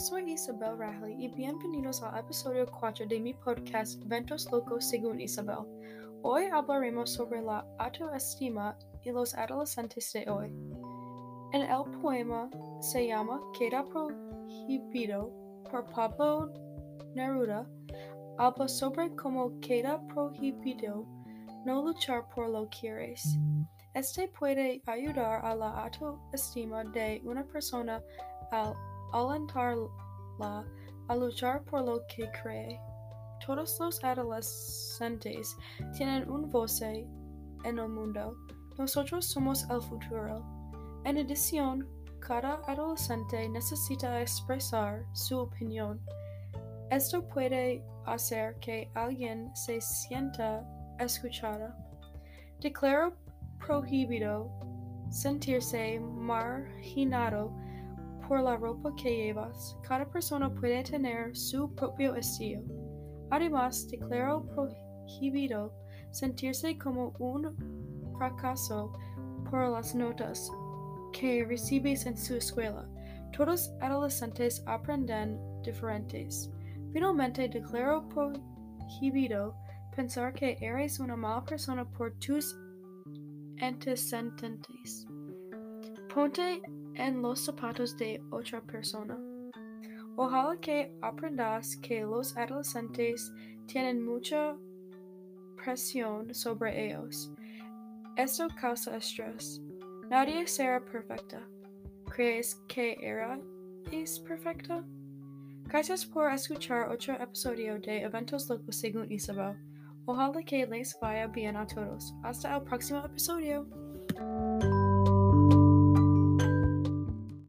soy Isabel Rahli y bienvenidos al episodio 4 de mi podcast Ventos Locos según Isabel. Hoy hablaremos sobre la autoestima y los adolescentes de hoy. En el poema se llama Queda Prohibido por Pablo Neruda, habla sobre cómo queda prohibido no luchar por lo que quieres. Este puede ayudar a la autoestima de una persona al alentarla a luchar por lo que cree. Todos los adolescentes tienen una voz en el mundo. Nosotros somos el futuro. En adición, cada adolescente necesita expresar su opinión. Esto puede hacer que alguien se sienta escuchada. Declaro prohibido sentirse marginado por la ropa que llevas. Cada persona puede tener su propio estilo. Además, declaro prohibido sentirse como un fracaso por las notas que recibes en su escuela. Todos adolescentes aprenden diferentes. Finalmente, declaro prohibido pensar que eres una mala persona por tus antecedentes. Ponte en los zapatos de otra persona. Ojalá que aprendas que los adolescentes tienen mucha presión sobre ellos. Esto causa estrés. Nadie será perfecta. ¿Crees que eres perfecta? Gracias por escuchar otro episodio de Eventos Locos según Isabel. Ojalá que les vaya bien a todos. Hasta el próximo episodio.